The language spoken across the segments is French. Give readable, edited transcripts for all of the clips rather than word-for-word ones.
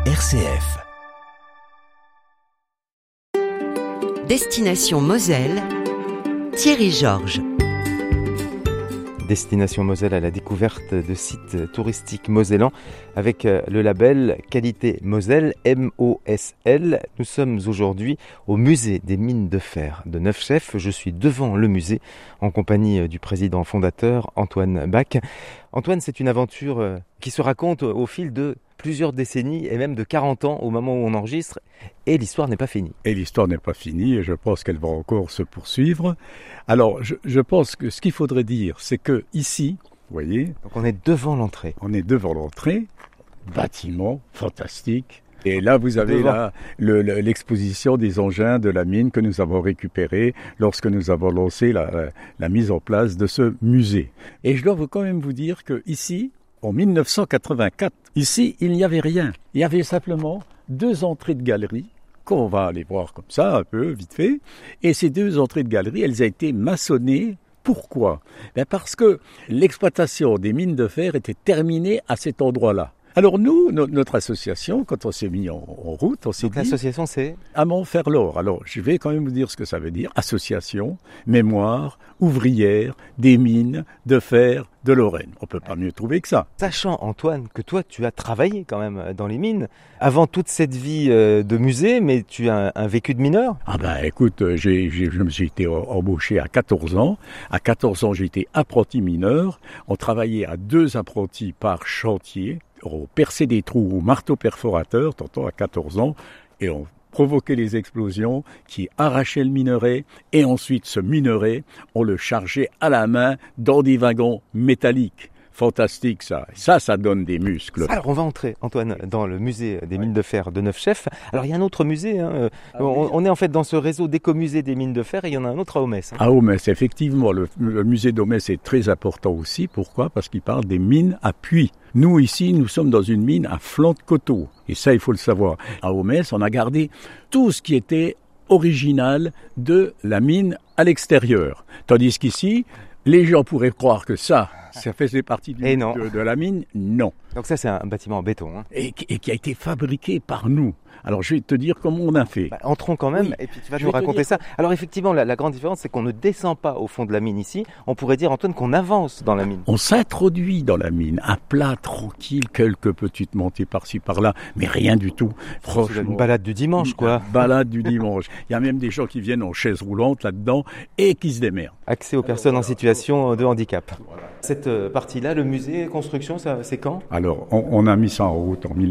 RCF. Destination Moselle, Thierry Georges. Destination Moselle à la découverte de sites touristiques mosellans avec le label Qualité Moselle, MOSL. Nous sommes aujourd'hui au musée des mines de fer de Neufchâteau. Je suis devant le musée en compagnie du président fondateur Antoine Bach. Antoine, c'est une aventure qui se raconte au fil de plusieurs décennies et même de 40 ans au moment où on enregistre, et l'histoire n'est pas finie. Et l'histoire n'est pas finie et je pense qu'elle va encore se poursuivre. Alors, je pense que ce qu'il faudrait dire, c'est que ici, vous voyez... Donc on est devant l'entrée. On est devant l'entrée, bâtiment fantastique. Et là, vous avez l'exposition des engins de la mine que nous avons récupérés lorsque nous avons lancé la mise en place de ce musée. Et je dois quand même vous dire que ici, en 1984, ici, il n'y avait rien. Il y avait simplement 2 entrées de galerie, qu'on va aller voir comme ça, un peu, vite fait. Et ces 2 entrées de galerie, elles ont été maçonnées. Pourquoi ? Parce que l'exploitation des mines de fer était terminée à cet endroit-là. Alors nous, notre association, quand on s'est mis en route, on s'est dit... L'association, c'est Amont Ferlor. Alors, je vais quand même vous dire ce que ça veut dire. Association, mémoire, ouvrière, des mines de fer de Lorraine. On peut pas mieux trouver que ça. Sachant, Antoine, que toi, tu as travaillé quand même dans les mines, avant toute cette vie de musée, mais tu as un vécu de mineur. Ah écoute, je me suis été embauché à 14 ans. À 14 ans, j'ai été apprenti mineur. On travaillait à 2 apprentis par chantier. On perçait des trous au marteau perforateur, tantôt à 14 ans, et on provoquait les explosions qui arrachaient le minerai, et ensuite ce minerai, on le chargeait à la main dans des wagons métalliques. Fantastique ça. Ça donne des muscles. Alors on va entrer, Antoine, dans le musée des mines de fer de Neufchâteau. Alors il y a un autre musée, on est en fait dans ce réseau d'écomusées des mines de fer, et il y en a un autre à Aumesse. À Aumesse, effectivement, le musée d'Aumesse est très important aussi. Pourquoi ? Parce qu'il parle des mines à puits. Nous ici, nous sommes dans une mine à flanc de coteau. Et ça, il faut le savoir. À Aumesse, on a gardé tout ce qui était original de la mine à l'extérieur. Tandis qu'ici, les gens pourraient croire que ça faisait partie de la mine. Non. Donc ça, c'est un bâtiment en béton. Et qui a été fabriqué par nous. Alors, je vais te dire comment on a fait. Entrons quand même, et puis tu vas nous raconter ça. Alors, effectivement, la grande différence, c'est qu'on ne descend pas au fond de la mine ici. On pourrait dire, Antoine, qu'on avance dans la mine. On s'introduit dans la mine, à plat, tranquille, quelques petites montées par-ci, par-là, mais rien du tout. Franchement, une balade du dimanche, quoi. Une balade du dimanche. Il y a même des gens qui viennent en chaise roulante là-dedans et qui se démerdent. Accès aux personnes en situation de handicap. Voilà. Cette partie-là, le musée, construction, c'est quand ? Alors, on a mis ça en route en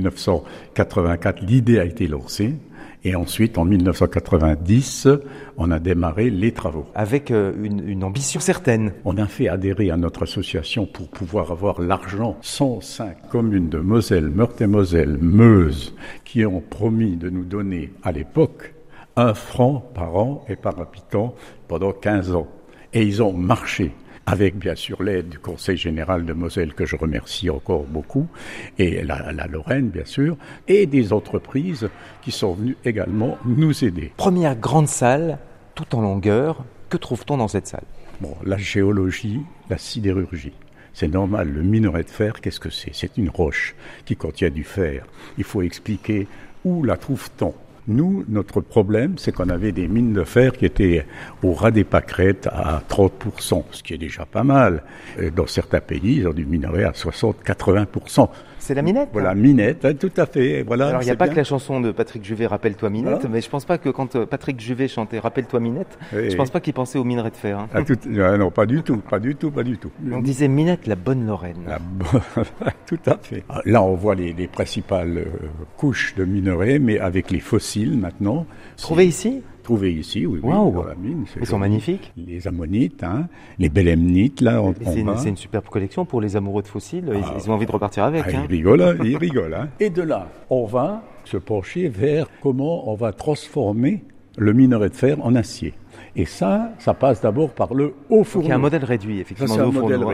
1984. L'idée a été lancée. Et ensuite, en 1990, on a démarré les travaux. Avec une ambition certaine. On a fait adhérer à notre association pour pouvoir avoir l'argent. 105 communes de Moselle, Meurthe-et-Moselle, Meuse, qui ont promis de nous donner, à l'époque, 1 franc par an et par habitant pendant 15 ans. Et ils ont marché. Avec bien sûr l'aide du Conseil général de Moselle, que je remercie encore beaucoup, et la Lorraine bien sûr, et des entreprises qui sont venues également nous aider. Première grande salle, tout en longueur, que trouve-t-on dans cette salle ? Bon, la géologie, la sidérurgie. C'est normal, le minerai de fer, qu'est-ce que c'est ? C'est une roche qui contient du fer. Il faut expliquer où la trouve-t-on ? Nous, notre problème, c'est qu'on avait des mines de fer qui étaient au ras des pâquerettes à 30%, ce qui est déjà pas mal. Et dans certains pays, ils ont du minerai à 60-80%. C'est la Minette ? Voilà, Minette, hein, tout à fait. Voilà, alors, il n'y a pas que la chanson de Patrick Juvet, Rappelle-toi Minette, mais je ne pense pas que quand Patrick Juvet chantait Rappelle-toi Minette, je ne pense pas qu'il pensait au minerai de fer. Hein. Non, pas du tout. On disait Minette, la bonne Lorraine. Tout à fait. Là, on voit les principales couches de minerai, mais avec les fossiles maintenant. Trouvés ici ? Trouvés ici, oui, dans la mine. Ils sont magnifiques. Les ammonites, les belemnites, là, c'est une superbe collection pour les amoureux de fossiles. Ils ont envie de repartir avec. Ils rigolent. Et de là, on va se pencher vers comment on va transformer le minerai de fer en acier. Et ça passe d'abord par le haut fourneau. Il y a un modèle réduit, effectivement. Ça,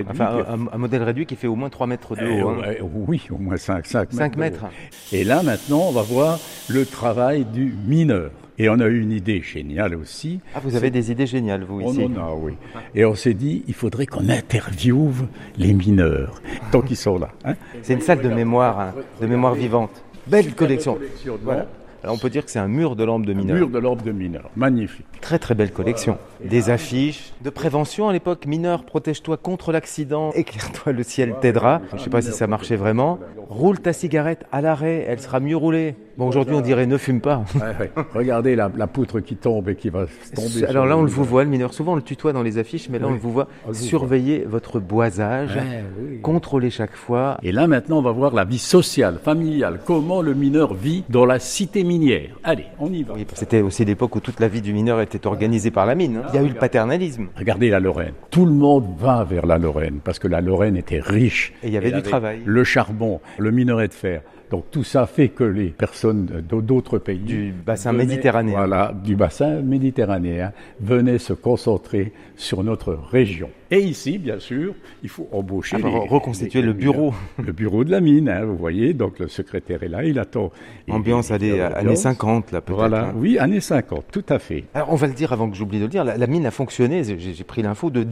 un modèle réduit qui fait au moins 3 mètres de haut. Oui, au moins 5 mètres. Et là, maintenant, on va voir le travail du mineur. Et on a eu une idée géniale aussi. Ah, vous avez des idées géniales, vous, ici ? On en a, oui. Et on s'est dit, il faudrait qu'on interviewe les mineurs, tant qu'ils sont là. C'est une salle de mémoire vivante. Belle collection. de Voilà. lampes. Alors on peut dire que c'est un mur de lampes de Un mineurs. mur de lampes de mineurs, magnifique. Très très belle collection. Des affiches de prévention à l'époque. Mineur, protège-toi contre l'accident. Éclaire-toi, le ciel t'aidera. Je ne sais pas si ça marchait vraiment. Roule ta cigarette à l'arrêt, elle sera mieux roulée. Bon, aujourd'hui on dirait ne fume pas. Ouais. Regardez la poutre qui tombe et qui va tomber. Alors là on le vous voit, le mineur. Souvent on le tutoie dans les affiches, mais là on le vous voit. Surveillez votre boisage. Oui. Contrôlez chaque fois. Et là maintenant on va voir la vie sociale, familiale, comment le mineur vit dans la cité minière. Allez, on y va. Oui, c'était aussi l'époque où toute la vie du mineur était organisée par la mine. Il y a eu le paternalisme. Regardez la Lorraine. Tout le monde va vers la Lorraine parce que la Lorraine était riche. Et il y avait du travail. Le charbon, le minerai de fer. Donc tout ça fait que les personnes d'autres pays Du bassin méditerranéen. Voilà, du bassin méditerranéen venaient se concentrer sur notre région. Et ici, bien sûr, il faut embaucher reconstituer le bureau. Le bureau de la mine, hein, vous voyez, donc le secrétaire est là, il attend. Ambiance années 50 là peut-être. Voilà, oui, années 50, tout à fait. Alors on va le dire avant que j'oublie de le dire, la mine a fonctionné, j'ai pris l'info, de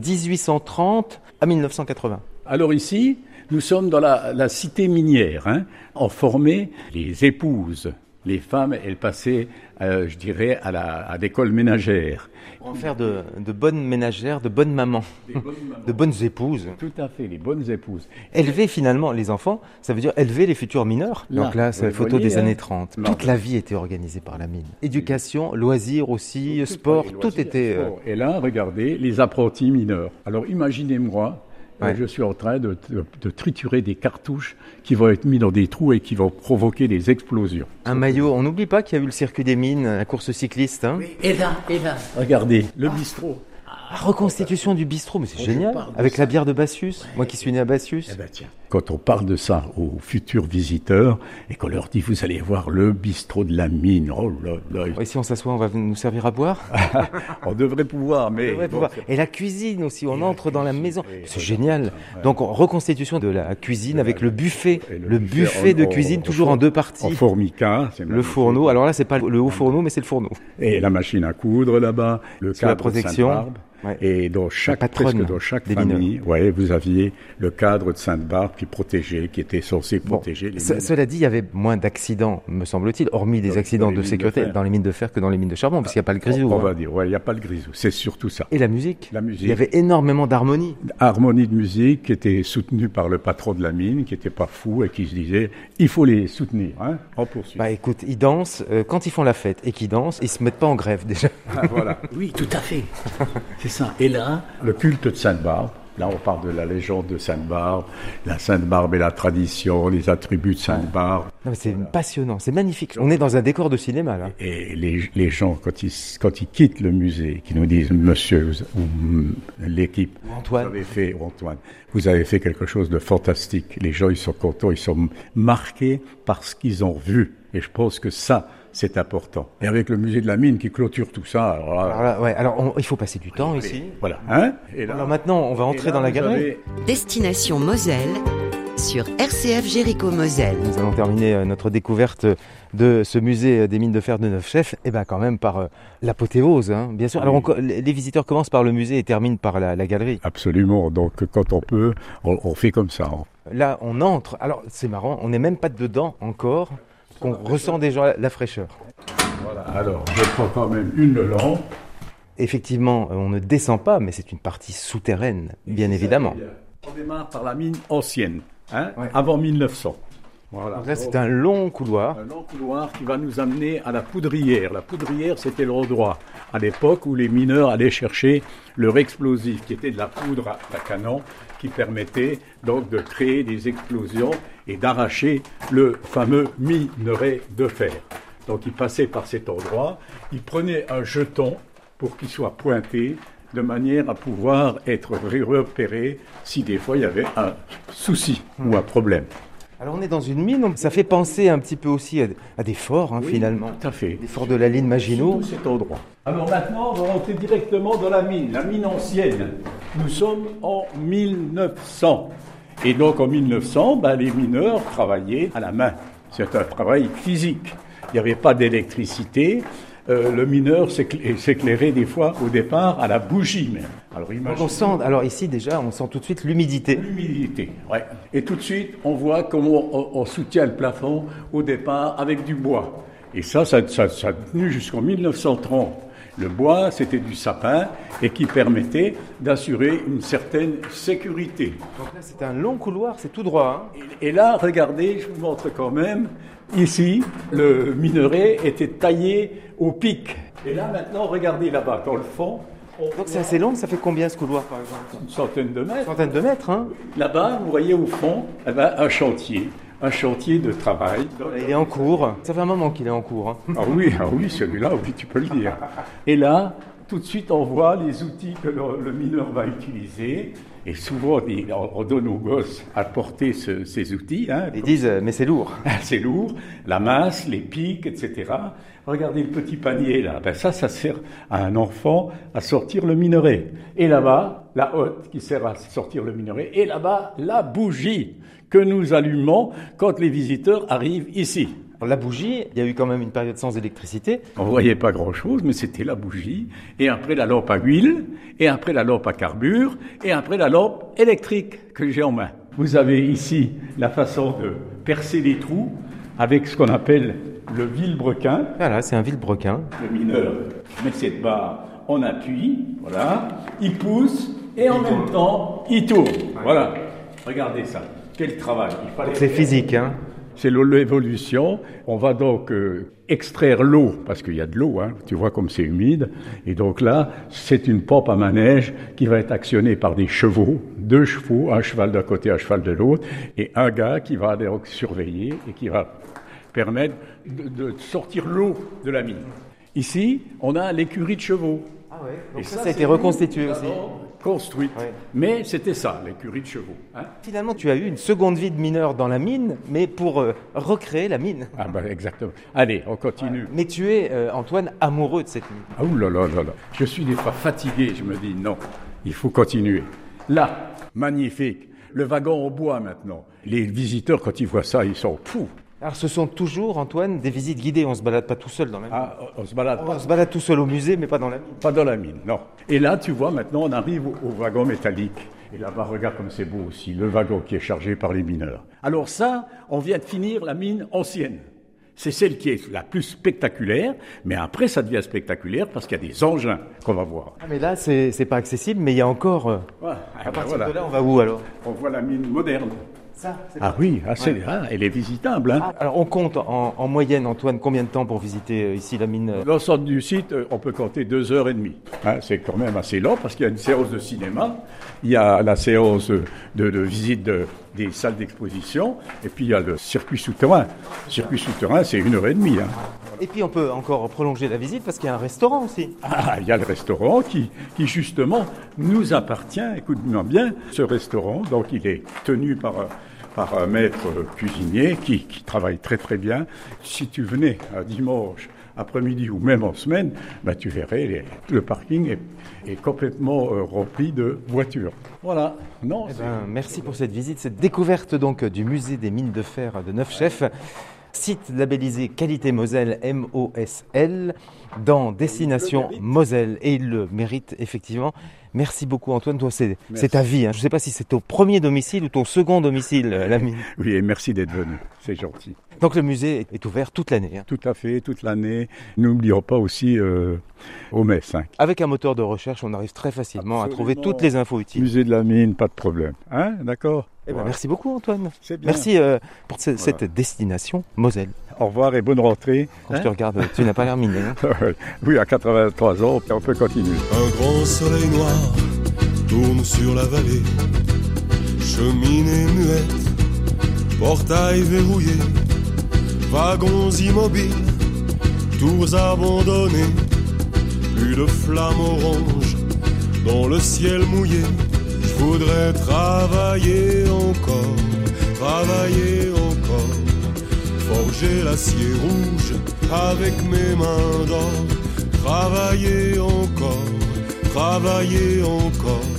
1830 à 1980. Alors ici, nous sommes dans la cité minière. Hein. On formait les épouses. Les femmes, elles passaient, je dirais, à l'école ménagère. On va faire de bonnes ménagères, de bonnes mamans, de bonnes épouses. Tout à fait, les bonnes épouses. Élever finalement les enfants, ça veut dire élever les futurs mineurs. Là, donc là, c'est la vous photo voyez, des hein. années 30. Non. Toute la vie était organisée par la mine. Éducation, loisirs aussi, sport, tout était... Et là, regardez, les apprentis mineurs. Alors imaginez-moi, Ouais. je suis en train de triturer des cartouches qui vont être mis dans des trous et qui vont provoquer des explosions. Un maillot, on n'oublie pas qu'il y a eu le circuit des mines, la course cycliste. Hein. Et là. Regardez, le bistrot. La reconstitution du bistrot, mais c'est génial. je parle de Avec ça. la bière de Bassius, moi qui suis né à Bassius. Eh ben tiens, quand on parle de ça aux futurs visiteurs et qu'on leur dit vous allez voir le bistrot de la mine, oh là là, Ouais, si on s'assoit, on va nous servir à boire. on devrait pouvoir, mais Ouais, bon, pouvoir. Et la cuisine aussi, on entre dans la maison. oui, C'est génial. Donc reconstitution de la cuisine avec le buffet. Et Le buffet de cuisine toujours en deux parties. en formica, c'est Le magnifique. fourneau, alors là c'est pas le haut fourneau mais c'est le fourneau. Et la machine à coudre là-bas, le Sous la cadre de protection. Sainte-Barbe. Ouais. Et dans chaque, patronne presque dans chaque des famille, ouais, vous aviez le cadre de Sainte-Barbe qui protégeait, qui était censé protéger les mines. Cela dit, il y avait moins d'accidents, me semble-t-il, hormis des accidents dans les de mines de sécurité fer. dans les mines de fer que dans les mines de charbon, parce qu'il n'y a pas le grisou. On hein. va dire, ouais, il n'y a pas le grisou, c'est surtout ça. Et la musique. La musique. Il y avait énormément d'harmonie. Harmonie de musique qui était soutenue par le patron de la mine, qui n'était pas fou et qui se disait, il faut les soutenir, hein, on poursuit. Bah écoute, ils dansent, quand ils font la fête et qu'ils dansent, ils se mettent pas en grève déjà. Voilà. Oui, tout à fait. C'est ça. Et là, le culte de Sainte-Barbe. Là, on parle de la légende de Sainte-Barbe, la Sainte-Barbe et la tradition, les attributs de Sainte-Barbe. Non, mais c'est passionnant, c'est magnifique. On est dans un décor de cinéma là. Et les gens, quand ils quittent le musée, qui nous disent, monsieur ou l'équipe, Antoine. vous avez fait quelque chose de fantastique. Les gens, ils sont contents, ils sont marqués par ce qu'ils ont vu. Et je pense que ça, c'est important. Et avec le musée de la mine qui clôture tout ça, alors là, Alors là, ouais, il faut passer du temps ici. voilà. Hein, et là, Alors maintenant, on va entrer dans la galerie. Destination Moselle sur RCF Jéricho Moselle. Nous allons terminer notre découverte de ce musée des mines de fer de Neufchâteau, et ben quand même par l'apothéose, hein, bien sûr. Alors les visiteurs commencent par le musée et terminent par la galerie. Absolument. Donc quand on peut, on fait comme ça. Là, on entre. Alors c'est marrant, on n'est même pas dedans encore. On ressent déjà la fraîcheur. Voilà. Alors, je prends quand même une lampe. Effectivement, on ne descend pas, mais c'est une partie souterraine, bien évidemment. On démarre par la mine ancienne, hein, Ouais. avant 1900. Voilà. Donc là, c'est un long couloir. Un long couloir qui va nous amener à la poudrière. La poudrière, c'était l'endroit à l'époque où les mineurs allaient chercher leur explosif, qui était de la poudre à canon, qui permettait donc de créer des explosions et d'arracher le fameux minerai de fer. Donc ils passaient par cet endroit, ils prenaient un jeton pour qu'il soit pointé, de manière à pouvoir être repéré si des fois il y avait un souci ou un problème. Alors on est dans une mine, donc ça fait penser un petit peu aussi à des forts, hein, Oui, finalement. Tout à fait. Des forts de la ligne Maginot. Surtout cet endroit. Alors maintenant, on va rentrer directement dans la mine ancienne. Nous sommes en 1900. Et donc en 1900, les mineurs travaillaient à la main. C'est un travail physique. Il n'y avait pas d'électricité. Le mineur s'éclairait des fois au départ à la bougie même. Alors, Alors ici déjà, on sent tout de suite l'humidité. L'humidité, ouais. Et tout de suite, on voit comment on soutient le plafond au départ avec du bois. Et ça a tenu jusqu'en 1930. Le bois, c'était du sapin et qui permettait d'assurer une certaine sécurité. Donc là, c'est un long couloir, c'est tout droit. Hein. Et là, regardez, je vous montre quand même. Ici, le minerai était taillé au pic. Et là, maintenant, regardez là-bas, dans le fond. Donc c'est assez long, ça fait combien ce couloir, par exemple? Une centaine de mètres. Une centaine de mètres, hein. Là-bas, vous voyez au fond, un chantier de travail. Il est en cours. Ça fait un moment qu'il est en cours. Hein. Ah oui, celui-là, oui, tu peux le dire. Et là, tout de suite, on voit les outils que le mineur va utiliser. Et souvent, on donne aux gosses à porter ces outils. Hein, Ils disent, mais c'est lourd. C'est lourd. La masse, les pics, etc. Regardez le petit panier là. Ben ça sert à un enfant à sortir le minerai. Et là-bas, la hotte qui sert à sortir le minerai. Et là-bas, la bougie que nous allumons quand les visiteurs arrivent ici. La bougie, il y a eu quand même une période sans électricité. On ne voyait pas grand-chose, mais c'était la bougie. Et après la lampe à huile, et après la lampe à carbure, et après la lampe électrique que j'ai en main. Vous avez ici la façon de percer les trous avec ce qu'on appelle le vilebrequin. Voilà, c'est un vilebrequin. Le mineur met cette barre en appui, voilà. Il pousse et en même temps, il tourne. Voilà. Regardez ça. Quel travail. C'est physique, hein. C'est l'évolution. On va donc extraire l'eau, parce qu'il y a de l'eau, hein. Tu vois comme c'est humide. Et donc là, c'est une pompe à manège qui va être actionnée par des chevaux, 2 chevaux, un cheval d'un côté, un cheval de l'autre, et un gars qui va donc surveiller et qui va permettre de sortir l'eau de la mine. Ici, on a l'écurie de chevaux. Ah ouais. Donc et ça a été reconstitué aussi. Construite. Ouais. Mais c'était ça, l'écurie de chevaux. Hein. Finalement, tu as eu une seconde vie de mineur dans la mine, mais pour recréer la mine. Ah ben exactement. Allez, on continue. Ouais. Mais tu es, Antoine, amoureux de cette mine. Ah oulala. Je suis des fois fatigué, je me dis non, il faut continuer. Là, magnifique, le wagon en bois maintenant. Les visiteurs, quand ils voient ça, ils sont fous. Alors ce sont toujours, Antoine, des visites guidées, on ne se balade pas tout seul dans la mine. Ah, on se balade tout seul au musée, mais pas dans la mine. Pas dans la mine, non. Et là, tu vois, maintenant, on arrive au wagon métallique. Et là-bas, regarde comme c'est beau aussi, le wagon qui est chargé par les mineurs. Alors ça, on vient de finir la mine ancienne. C'est celle qui est la plus spectaculaire, mais après, ça devient spectaculaire parce qu'il y a des engins qu'on va voir. Ah, mais là, c'est pas accessible, mais il y a encore... à partir de là, on va où alors? On voit la mine moderne. Ça, oui, elle est visitable. Hein. Alors on compte en moyenne, Antoine, combien de temps pour visiter ici la mine? L'ensemble du site, on peut compter 2h30. Hein, c'est quand même assez long parce qu'il y a une séance de cinéma, il y a la séance de visite des salles d'exposition, et puis il y a le circuit souterrain. Le circuit souterrain, c'est 1h30. Hein. Et puis on peut encore prolonger la visite parce qu'il y a un restaurant aussi. Ah, il y a le restaurant qui justement nous appartient. Écoute-moi bien, ce restaurant, donc il est tenu par un maître cuisinier qui travaille très très bien. Si tu venais un dimanche après-midi ou même en semaine, ben, tu verrais, le parking est complètement rempli de voitures. Voilà. Non, merci pour cette visite, cette découverte donc du musée des mines de fer de Neufchef. Site labellisé Qualité Moselle, MOSL, dans Destination Moselle. Et il le mérite effectivement. Merci beaucoup Antoine, toi c'est ta vie. Hein. Je ne sais pas si c'est ton premier domicile ou ton second domicile, la mine. Oui, et merci d'être venu, c'est gentil. Donc le musée est ouvert toute l'année. Hein. Tout à fait, toute l'année. N'oublions pas aussi au MES. Hein. Avec un moteur de recherche, on arrive très facilement à trouver toutes les infos utiles. Musée de la mine, pas de problème. Hein, d'accord. Merci beaucoup Antoine. C'est bien. Merci pour cette destination Moselle. Au revoir et bonne rentrée. Quand je te regarde, tu n'as pas l'air miné. Hein. Oui, à 83 ans, on peut continuer. Un grand soleil noir tourne sur la vallée. Cheminée muette, portail verrouillé, wagons immobiles, tours abandonnées, plus de flammes oranges dans le ciel mouillé. Je voudrais travailler encore, forger l'acier rouge avec mes mains d'or, travailler encore.